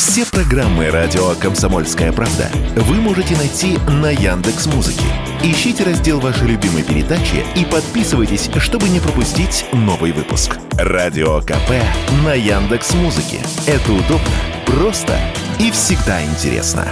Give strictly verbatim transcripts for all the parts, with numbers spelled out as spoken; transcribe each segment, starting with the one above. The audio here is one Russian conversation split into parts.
Все программы радио «Комсомольская правда» вы можете найти на Яндекс.Музыке. Ищите раздел вашей любимой передачи и подписывайтесь, чтобы не пропустить новый выпуск. Радио КП на Яндекс.Музыке. Это удобно, просто и всегда интересно.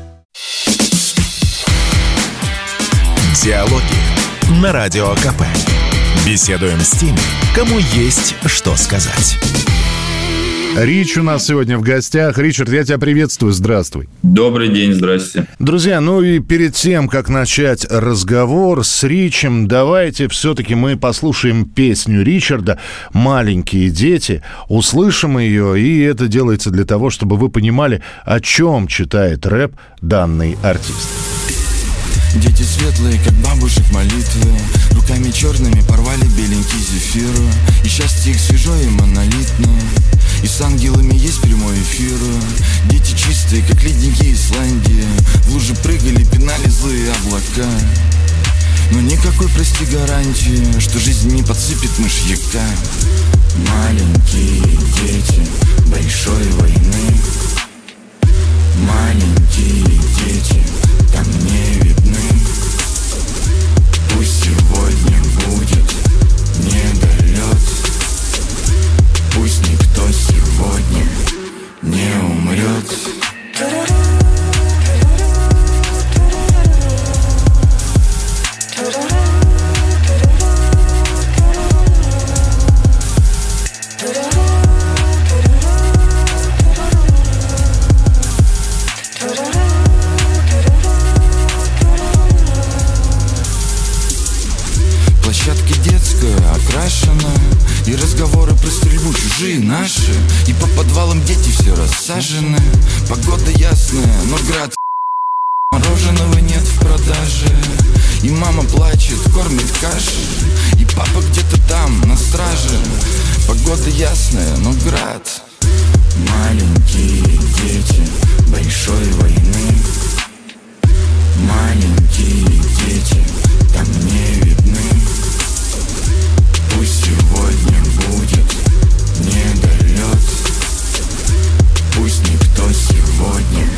Диалоги на Радио КП. Беседуем с теми, кому есть что сказать. Рич у нас сегодня в гостях. Ричард, я тебя приветствую. Здравствуй. Добрый день, здрасте. Друзья, ну и перед тем, как начать разговор с Ричем, давайте все-таки мы послушаем песню Ричарда «Маленькие дети», услышим ее, и это делается для того, чтобы вы понимали, о чем читает рэп данный артист. Дети светлые, как бабушек молитвы, руками черными порвали беленький зефир. И счастье их свежо и монолитно, и с ангелами есть прямой эфир. Дети чистые, как ледники Исландии, в лужи прыгали, пинали злые облака. Но никакой, прости, гарантии, что жизнь не подсыпет мышьяка. Маленькие дети большой войны, маленькие дети там не видны. Пусть сегодня будет недолет, пусть никто сегодня не умрет. И разговоры про стрельбу чужие наши, и по подвалам дети все рассажены. Погода ясная, но град мороженого нет в продаже. И мама плачет, кормит кашей, и папа где-то там, на страже. Погода ясная, но град. Маленькие дети большой войны, маленькие дети там не видны. Пусть сегодня будет недолет, пусть никто сегодня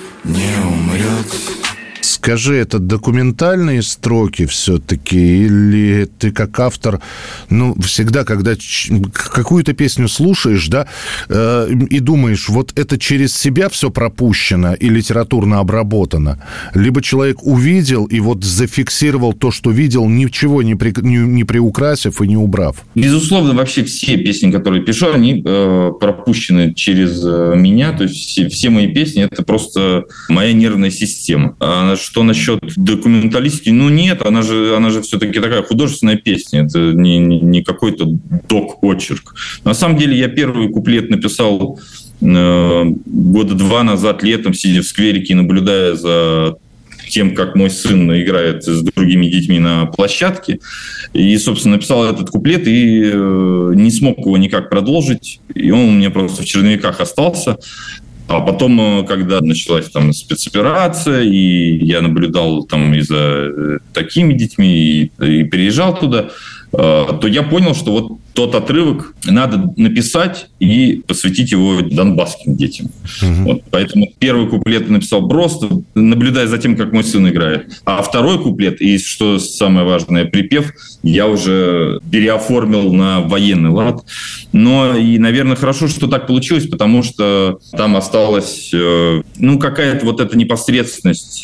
не умрет. Скажи, это документальные строки все-таки, или ты как автор, ну, всегда, когда какую-то песню слушаешь, да, э, и думаешь, вот это через себя все пропущено и литературно обработано, либо человек увидел и вот зафиксировал то, что видел, ничего не, при, не, не приукрасив и не убрав? Безусловно, вообще все песни, которые пишу, они э, пропущены через э, меня, то есть все, все мои песни — это просто моя нервная система. А что насчет документалистики? Ну, нет, она же, она же все-таки такая художественная песня. Это не, не, не какой-то док-очерк. На самом деле, я первый куплет написал э, года два назад, летом, сидя в скверике и наблюдая за тем, как мой сын играет с другими детьми на площадке. И, собственно, написал этот куплет и э, не смог его никак продолжить. И он у меня просто в черновиках остался. А потом, когда началась там спецоперация, и я наблюдал там и за такими детьми, и, и переезжал туда, то я понял, что вот тот отрывок надо написать и посвятить его донбасским детям. Угу. Вот, поэтому первый куплет написал просто, наблюдая за тем, как мой сын играет. А второй куплет, и что самое важное, припев, я уже переоформил на военный лад. Но и, наверное, хорошо, что так получилось, потому что там осталась ну, какая-то вот эта непосредственность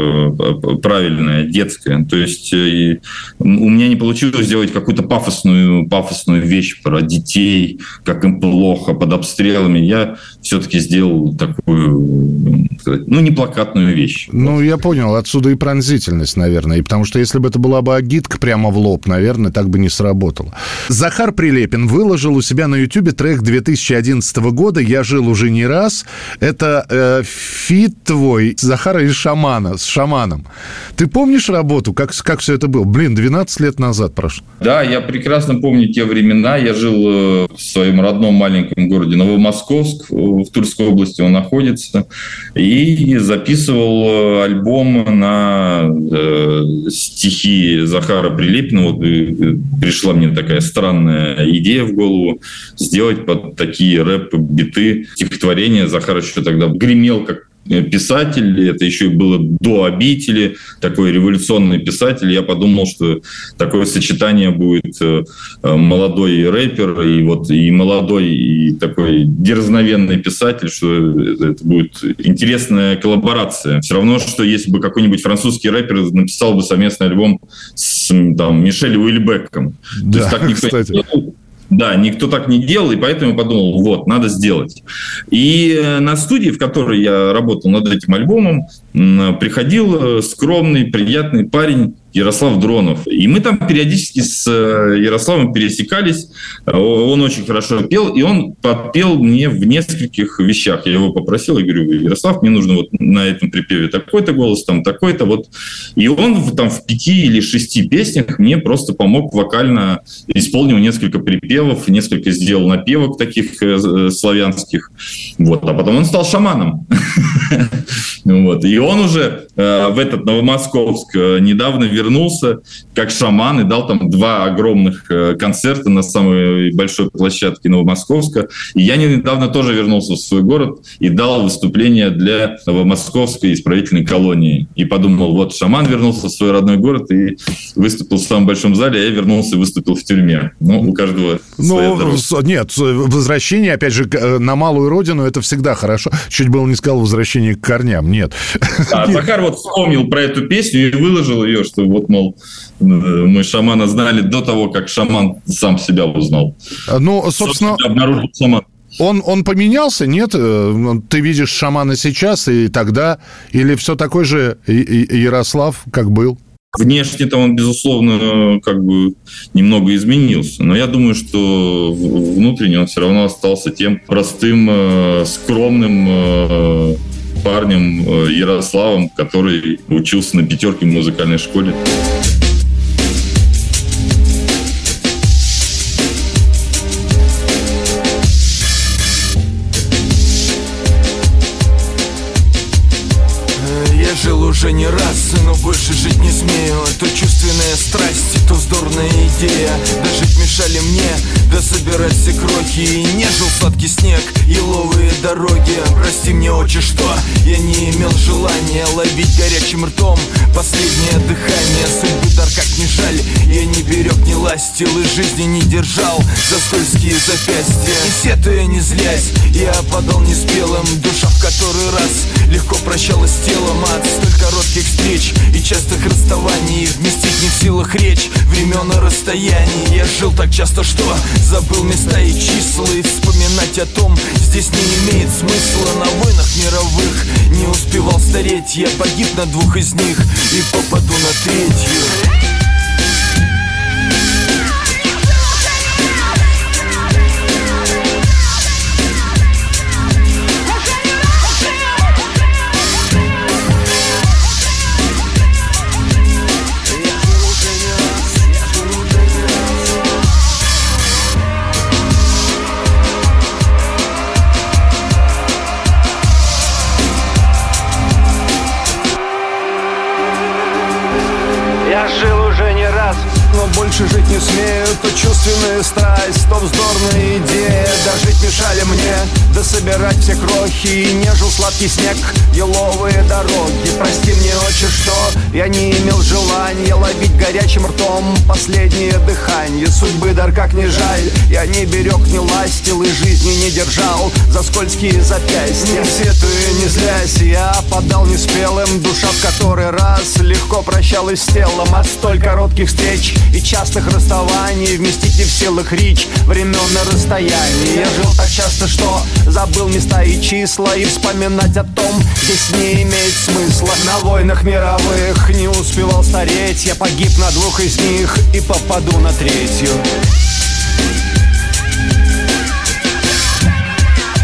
правильная, детская. То есть у меня не получилось сделать какую-то пафосную, пафосную вещь про детей, как им плохо под обстрелами. Я все-таки сделал такую, ну, не плакатную вещь. Ну, я понял. Отсюда и пронзительность, наверное. И потому что если бы это была бы агитка прямо в лоб, наверное, так бы не сработало. Захар Прилепин выложил у себя на Ютубе трек две тысячи одиннадцатого года «Я жил уже не раз». Это э, фит твой, Захара и Шамана, с Шаманом. Ты помнишь работу? Как, как все это было? Блин, двенадцать лет назад прошло. Да, я прекрасно помню те времена. Я жил в своем родном маленьком городе Новомосковск. в Тульской области он находится, и записывал альбом на э, стихи Захара Прилепина. Вот пришла мне такая странная идея в голову сделать под такие рэп-биты стихотворения. Захар еще тогда гремел как писатель, это еще и было до «Обители», такой революционный писатель. Я подумал, что такое сочетание будет молодой рэпер и вот и молодой, и такой дерзновенный писатель, что это будет интересная коллаборация. Все равно, что если бы какой-нибудь французский рэпер написал бы совместный альбом с там, Мишель Уильбеком. Да, То есть так никто кстати. не делал. Да, никто так не делал, и поэтому я подумал, вот, надо сделать. И на студии, в которой я работал над этим альбомом, приходил скромный, приятный парень Ярослав Дронов. И мы там периодически с Ярославом пересекались. Он очень хорошо пел, и он подпел мне в нескольких вещах. Я его попросил, я говорю, Ярослав, мне нужно вот на этом припеве такой-то голос, там такой-то. Вот. И он там в пяти или шести песнях мне просто помог вокально, исполнил несколько припевов, несколько сделал напевок таких э, славянских. Вот. А потом он стал шаманом. Вот. И он уже э, в этот Новомосковск э, недавно вернулся как шаман и дал там два огромных э, концерта на самой большой площадке Новомосковска. И я недавно тоже вернулся в свой город и дал выступление для Новомосковской исправительной колонии. И подумал, вот шаман вернулся в свой родной город и выступил в самом большом зале, а я вернулся и выступил в тюрьме. Ну, у каждого своя дорога. Ну, нет, возвращение, опять же, на малую родину, это всегда хорошо. Чуть было не сказал возвращение к корням, нет. А Захар вот вспомнил про эту песню и выложил ее, что вот, мол, мы шамана знали до того, как шаман сам себя узнал. Ну, собственно... Обнаружил шаман. Он, он поменялся, нет? Ты видишь шамана сейчас и тогда? Или все такой же Ярослав, как был? Внешне-то он, безусловно, как бы немного изменился. Но я думаю, что внутренне он все равно остался тем простым, скромным парнем Ярославом, который учился на пятерке в музыкальной школе. Я жил уже не раз, но больше жить не смею. То чувственная страсть, то вздорная идея. Да жить мешали мне, да собирать все крохи. И нежил сладкий снег, еловые дороги. Прости мне, отче, что я не имел желания ловить горячим ртом последнее дыхание. Судьбы дар как не жаль, я не берег, не ластил и жизни не держал за скользкие запястья. Не сетуя, не злясь, я падал неспелым. Душа в который раз легко прощалась с телом. От столь коротких встреч и частых расставаний вместить не в силах речь времен и расстояний. Я жил так часто, что забыл места и числа. И вспоминать о том здесь не имеет смысла. На войнах мировых не успевал стареть. Я погиб на двух из них и попаду на третью. Больше жить не смею, то чувственная страсть, то вздорная идея. Да жить мешали мне, да собирать все крохи. И нежил сладкий снег, еловые дороги. Прости мне, отче, что я не имел желания ловить горячим ртом последнее дыхание. Судьбы дар как не жаль, я не берег, не ластил и жизни не держал за скользкие запястья. Не сетуя, не злясь, я падал неспелым. Душа в который раз легко прощалась с телом. От столь коротких встреч и частых расставаний вместить не в силах речь времен и расстояний. Я жил так часто, что забыл места и числа. И вспоминать о том здесь не имеет смысла. На войнах мировых не успевал стареть. Я погиб на двух из них и попаду на третью.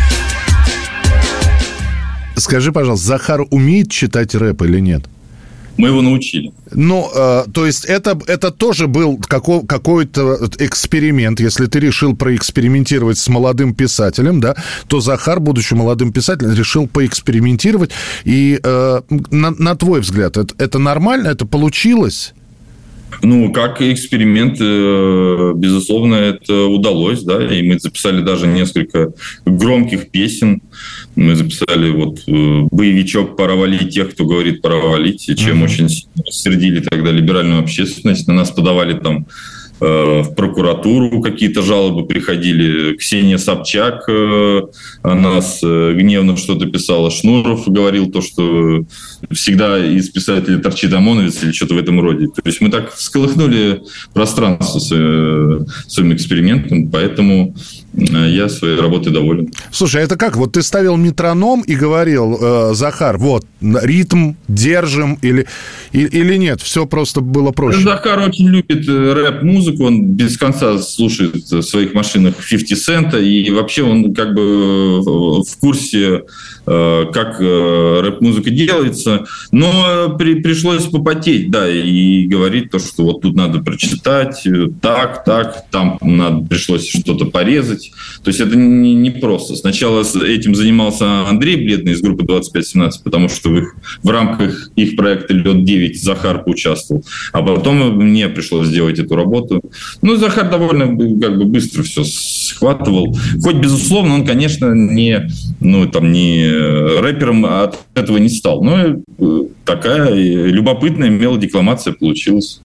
Скажи, пожалуйста, Захар умеет читать рэп или нет? Мы его научили. Ну, э, то есть это, это тоже был како, какой-то эксперимент. Если ты решил проэкспериментировать с молодым писателем, да, то Захар, будучи молодым писателем, решил поэкспериментировать. И э, на, на твой взгляд, это, это нормально? Это получилось? Ну, как эксперимент, безусловно, это удалось, да, и мы записали даже несколько громких песен. Мы записали вот боевичок «Пора валить тех, кто говорит пора валить», чем mm-hmm. очень рассердили тогда либеральную общественность. На нас подавали там в прокуратуру какие-то жалобы приходили. Ксения Собчак о нас гневно что-то писала. Шнуров говорил то, что всегда из писателей торчит ОМОНовец или что-то в этом роде. То есть мы так всколыхнули пространство своим экспериментом, поэтому я своей работой доволен. Слушай, а это как? Вот ты ставил метроном и говорил, э, Захар, вот, ритм держим или, или, или нет? Все просто было проще? Захар очень любит рэп-музыку, он без конца слушает в своих машинах фифти Цента, и вообще он как бы в курсе, э, как рэп-музыка делается, но при, пришлось попотеть, да, и говорить то, что вот тут надо прочитать, так, так, там надо, пришлось что-то порезать. То есть это не, не просто. Сначала этим занимался Андрей Бледный из группы двадцать пять семнадцать, потому что в, их, в рамках их проекта «Лед девять» Захар поучаствовал. А потом мне пришлось сделать эту работу. Ну, Захар довольно как бы быстро все схватывал. Хоть, безусловно, он, конечно, не, ну, там, не рэпером от этого не стал. Но такая любопытная мелодикламация получилась.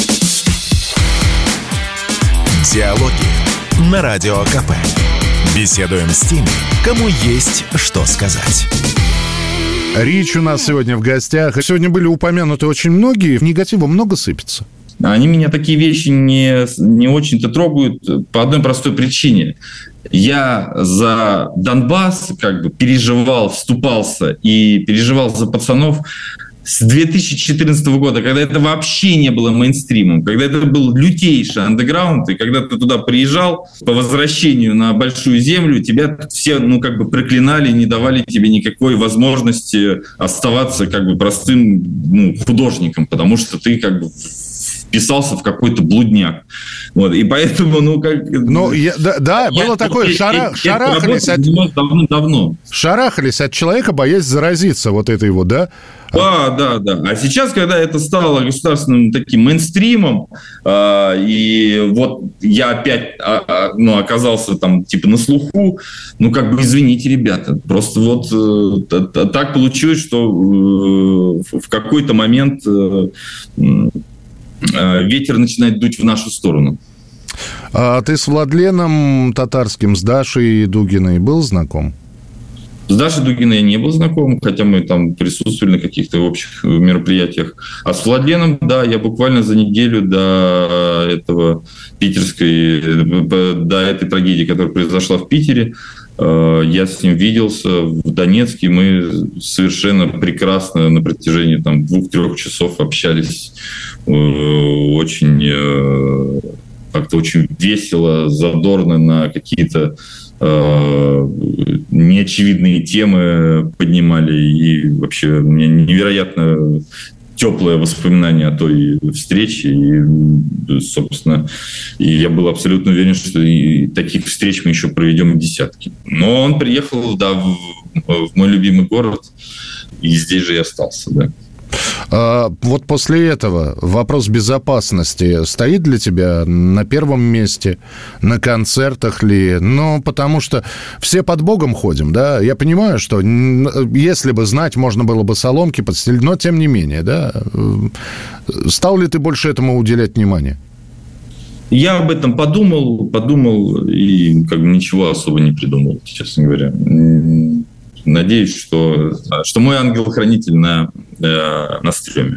Диалоги на Радио КП. Беседуем с теми, кому есть что сказать. Рич у нас сегодня в гостях. Сегодня были упомянуты очень многие. Негатива много сыпется. Они меня такие вещи не, не очень-то трогают по одной простой причине. Я за Донбасс как бы переживал, вступался и переживал за пацанов с две тысячи четырнадцатого года, когда это вообще не было мейнстримом, когда это был лютейший андеграунд, и когда ты туда приезжал по возвращению на Большую Землю, тебя все, ну, как бы проклинали, не давали тебе никакой возможности оставаться как бы простым, ну, художником, потому что ты как бы вписался в какой-то блудняк. Вот, и поэтому, ну, как... Ну, я, да, да я, было такое, я, шара, я, шарахались от... Давно-давно. Шарахались от человека, боясь заразиться вот этой вот, да? Да, да, да. А сейчас, когда это стало государственным таким мейнстримом, э, и вот я опять э, ну, оказался там типа на слуху, ну, как бы, извините, ребята, просто вот э, так получилось, что э, в какой-то момент э, э, ветер начинает дуть в нашу сторону. А ты с Владленом Татарским, с Дашей Дугиной был знаком? С Дашей Дугиной я не был знаком, хотя мы там присутствовали на каких-то общих мероприятиях. А с Владленом, да, я буквально за неделю до этого питерской, до этой трагедии, которая произошла в Питере, я с ним виделся в Донецке. Мы совершенно прекрасно на протяжении там двух-трех часов общались. Очень как-то очень весело, задорно на какие-то неочевидные темы поднимали, и вообще у меня невероятно теплое воспоминание о той встрече, и, собственно, и я был абсолютно уверен, что и таких встреч мы еще проведем десятки. Но он приехал, да, в, в мой любимый город, и здесь же и остался, да. А вот после этого вопрос безопасности стоит для тебя на первом месте, на концертах ли? Ну, потому что все под Богом ходим, да? Я понимаю, что если бы знать, можно было бы соломки подстелить, но тем не менее, да? Стал ли ты больше этому уделять внимание? Я об этом подумал, подумал и как бы ничего особо не придумал, честно говоря. Надеюсь, что, что мой ангел-хранитель на, на стреме.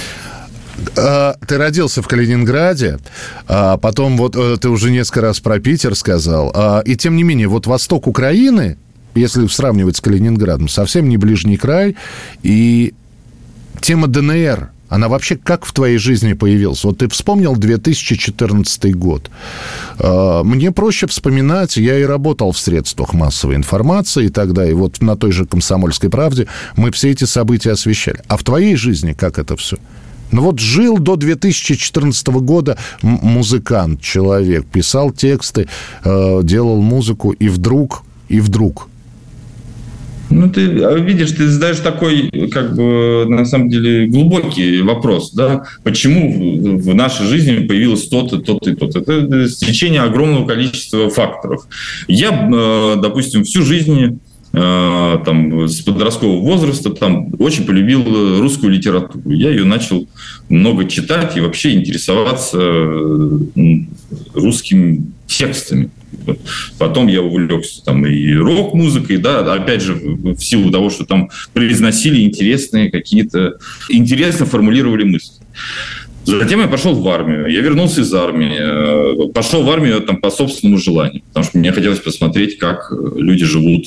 Ты родился в Калининграде, а потом вот ты уже несколько раз про Питер сказал, и тем не менее, вот восток Украины, если сравнивать с Калининградом, совсем не ближний край, и тема ДНР Она вообще как в твоей жизни появилась? Вот ты вспомнил две тысячи четырнадцатый год. Мне проще вспоминать, я и работал в средствах массовой информации тогда, и вот на той же «Комсомольской правде» мы все эти события освещали. А в твоей жизни как это все? Ну вот жил до две тысячи четырнадцатого года музыкант, человек, писал тексты, делал музыку, и вдруг, и вдруг... Ну, ты видишь, ты задаешь такой, как бы, на самом деле, глубокий вопрос, да, почему в нашей жизни появилось то-то, то-то и то-то. Это стечение огромного количества факторов. Я, допустим, всю жизнь, там, с подросткового возраста, там, очень полюбил русскую литературу. Я ее начал много читать и вообще интересоваться русскими текстами. Потом я увлекся там и рок-музыкой, да, опять же, в силу того, что там произносили интересные какие-то, интересно формулировали мысли. Затем я пошел в армию. Я вернулся из армии. Пошел в армию там, по собственному желанию, потому что мне хотелось посмотреть, как люди живут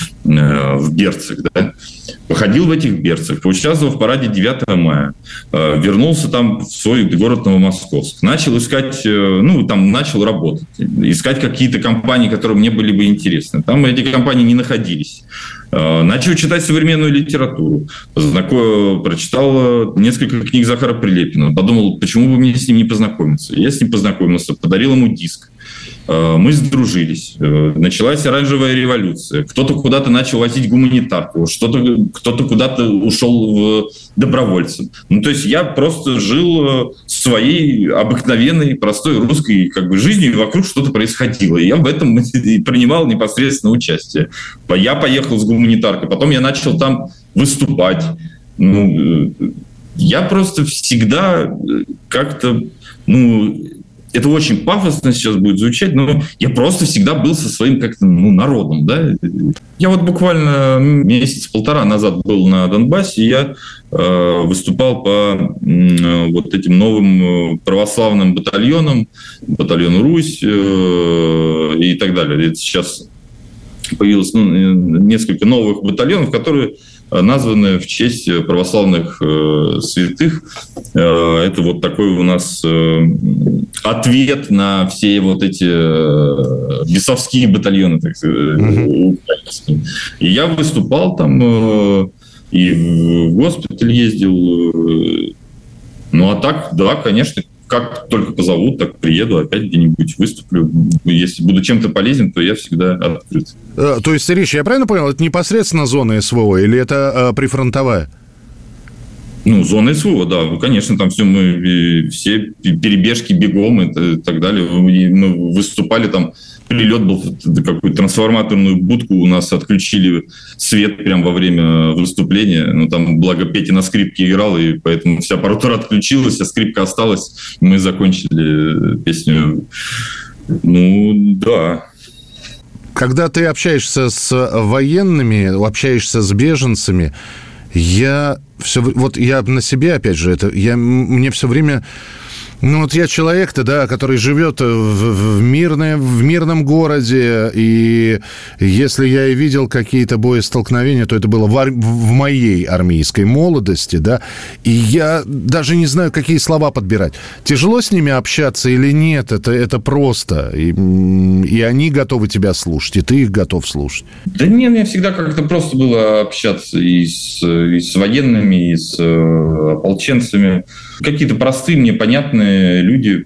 в берцах. Да? Походил в этих берцах, поучаствовал в параде девятого мая. Вернулся там в свой город Новомосковск. Начал искать, ну, там начал работать. Искать какие-то компании, которые мне были бы интересны. Там эти компании не находились. Начал читать современную литературу. Знаком... Прочитал несколько книг Захара Прилепина. Подумал, почему бы мне с ним не познакомиться. Я с ним познакомился, подарил ему диск. Мы сдружились. Началась оранжевая революция. Кто-то куда-то начал возить гуманитарку. Что-то, кто-то куда-то ушел в добровольцем. Ну, то есть я просто жил своей обыкновенной, простой русской как бы, жизнью, и вокруг что-то происходило. И я в этом принимал непосредственно участие. Я поехал с гуманитаркой. Потом я начал там выступать. Ну, я просто всегда как-то... ну, это очень пафосно сейчас будет звучать, но я просто всегда был со своим как-то, ну, народом, да. Я вот буквально месяц-полтора назад был на Донбассе, и я э, выступал по э, вот этим новым православным батальонам, батальону «Русь» э, и так далее. Это сейчас появилось ну, несколько новых батальонов, которые названы в честь православных э, святых. Э, это вот такой у нас э, ответ на все вот эти э, бесовские батальоны, так сказать, mm-hmm. украинские. И я выступал там, э, и в госпиталь ездил. Э, ну, а так, да, конечно, как только позовут, так приеду, опять где-нибудь выступлю. Если буду чем-то полезен, то я всегда открыт. То есть, Речь, я правильно понял, это непосредственно зона СВО или это э, прифронтовая? Ну, зона СВО, да. Ну, конечно, там все мы, все перебежки, бегом и так далее. Мы выступали там, прилет был, какую-то трансформаторную будку у нас отключили свет прямо во время выступления. Ну, там, благо, Петя на скрипке играл, и поэтому вся аппаратура отключилась, а скрипка осталась. Мы закончили песню. Ну, да. Когда ты общаешься с военными, общаешься с беженцами, я все, вот я на себе, опять же, это, я, мне все время, ну вот я человек-то, да, который живет в, в, мирное, в мирном городе, и если я и видел какие-то боестолкновения, то это было в, ар- в моей армейской молодости, да, и я даже не знаю, какие слова подбирать. Тяжело с ними общаться или нет, это, это просто, и, и они готовы тебя слушать, и ты их готов слушать. Да нет, мне всегда как-то просто было общаться и с, и с военными, и с э, ополченцами. Какие-то простые, мне понятные люди,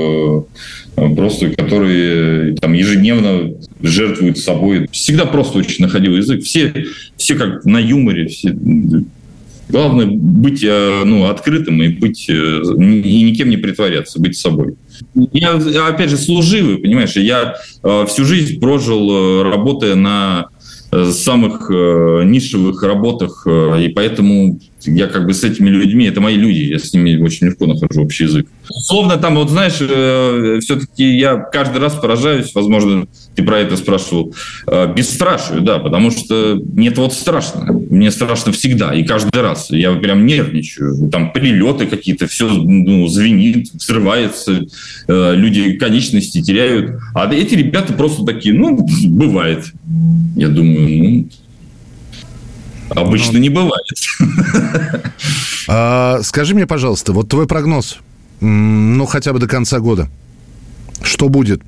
просто которые там ежедневно жертвуют собой. Всегда просто очень находил язык. Все, все как на юморе. Все. Главное быть ну, открытым и быть и никем не притворяться, быть собой. Я, опять же, служивый, понимаешь, я всю жизнь прожил, работая на самых нишевых работах, и поэтому я как бы с этими людьми, это мои люди, я с ними очень легко нахожу общий язык. Условно там, вот знаешь, все-таки я каждый раз поражаюсь, возможно, ты про это спрашивал, бесстрашию, да, потому что нет, вот страшно, мне страшно всегда и каждый раз, я прям нервничаю, там прилеты какие-то, все ну, звенит, взрывается, люди конечности теряют, а эти ребята просто такие, ну, бывает. Я думаю, ну... Обычно не бывает. А, скажи мне, пожалуйста, вот твой прогноз, ну, хотя бы до конца года. Что будет?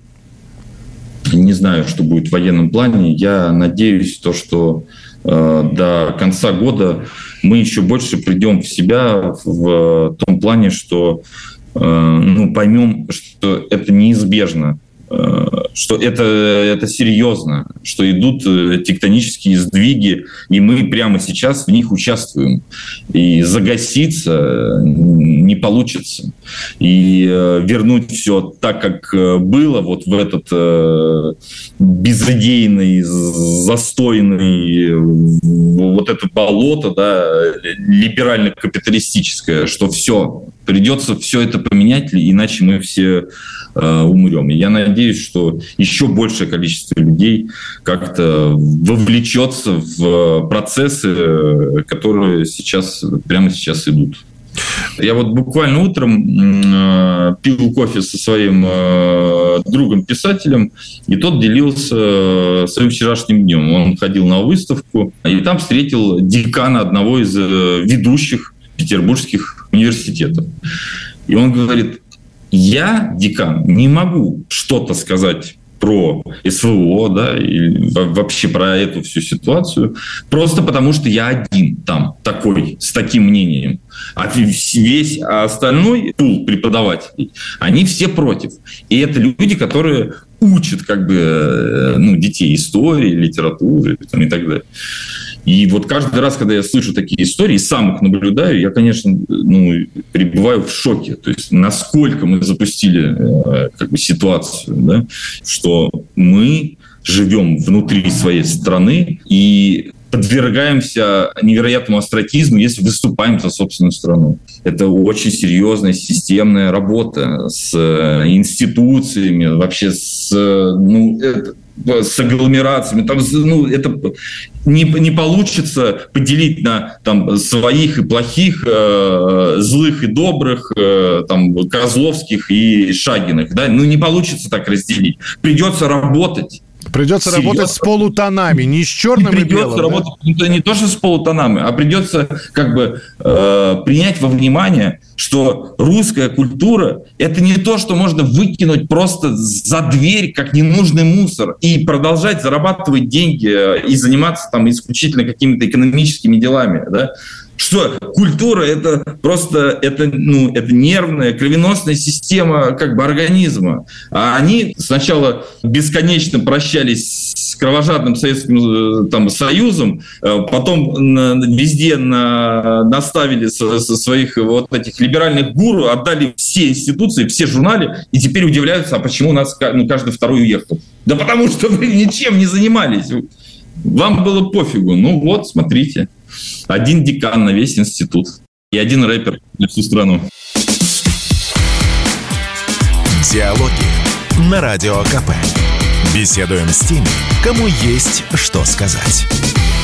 Не знаю, что будет в военном плане. Я надеюсь, то, что э, до конца года мы еще больше придем в себя в том плане, что э, ну, поймем, что это неизбежно, э, что это, это серьезно, что идут тектонические сдвиги, и мы прямо сейчас в них участвуем. И загаситься не получится. И э, вернуть все так, как было, вот в этот э, безыдейный, застойный, вот это болото, да, либерально-капиталистическое, что все, придется все это поменять, иначе мы все э, умрем. И я надеюсь, что еще большее количество людей как-то вовлечется в процессы, которые сейчас, прямо сейчас идут. Я вот буквально утром э, пил кофе со своим э, другом-писателем, и тот делился своим вчерашним днем. Он ходил на выставку, и там встретил декана одного из э, ведущих петербургских университетов. И он говорит: я, декан, не могу что-то сказать про СВО, да, и вообще про эту всю ситуацию, просто потому что я один там такой, с таким мнением. А весь остальной пул преподавателей, они все против. И это люди, которые учат как бы, ну, детей истории, литературы там, и так далее. И вот каждый раз, когда я слышу такие истории, сам их наблюдаю, я, конечно, ну, пребываю в шоке. То есть насколько мы запустили как бы, ситуацию, да, что мы живем внутри своей страны и подвергаемся невероятному остракизму, если выступаем за собственную страну. Это очень серьезная системная работа с институциями, вообще с... Ну, это, с агломерациями, там, ну, это не, не получится поделить на там, своих и плохих, э, злых и добрых, э, там, Козловских и Шагиных. Да? Ну, не получится так разделить. Придется работать. Придется Серьезно? работать с полутонами, не с черным и, и белым. Придется работать да? не то, что с полутонами, а придется как бы э, принять во внимание, что русская культура – это не то, что можно выкинуть просто за дверь, как ненужный мусор, и продолжать зарабатывать деньги и заниматься там исключительно какими-то экономическими делами, да? Что культура – это просто это, ну, это нервная, кровеносная система как бы организма. А они сначала бесконечно прощались с кровожадным Советским там, Союзом, потом везде на, наставили со, со своих вот этих либеральных гуру, отдали все институции, все журналы, и теперь удивляются, а почему у нас ну, каждый второй уехал. Да потому что вы ничем не занимались. Вам было пофигу. Ну вот, смотрите. Один декан на весь институт. И один рэпер на всю страну. Диалоги на Радио КП. Беседуем с теми, кому есть что сказать.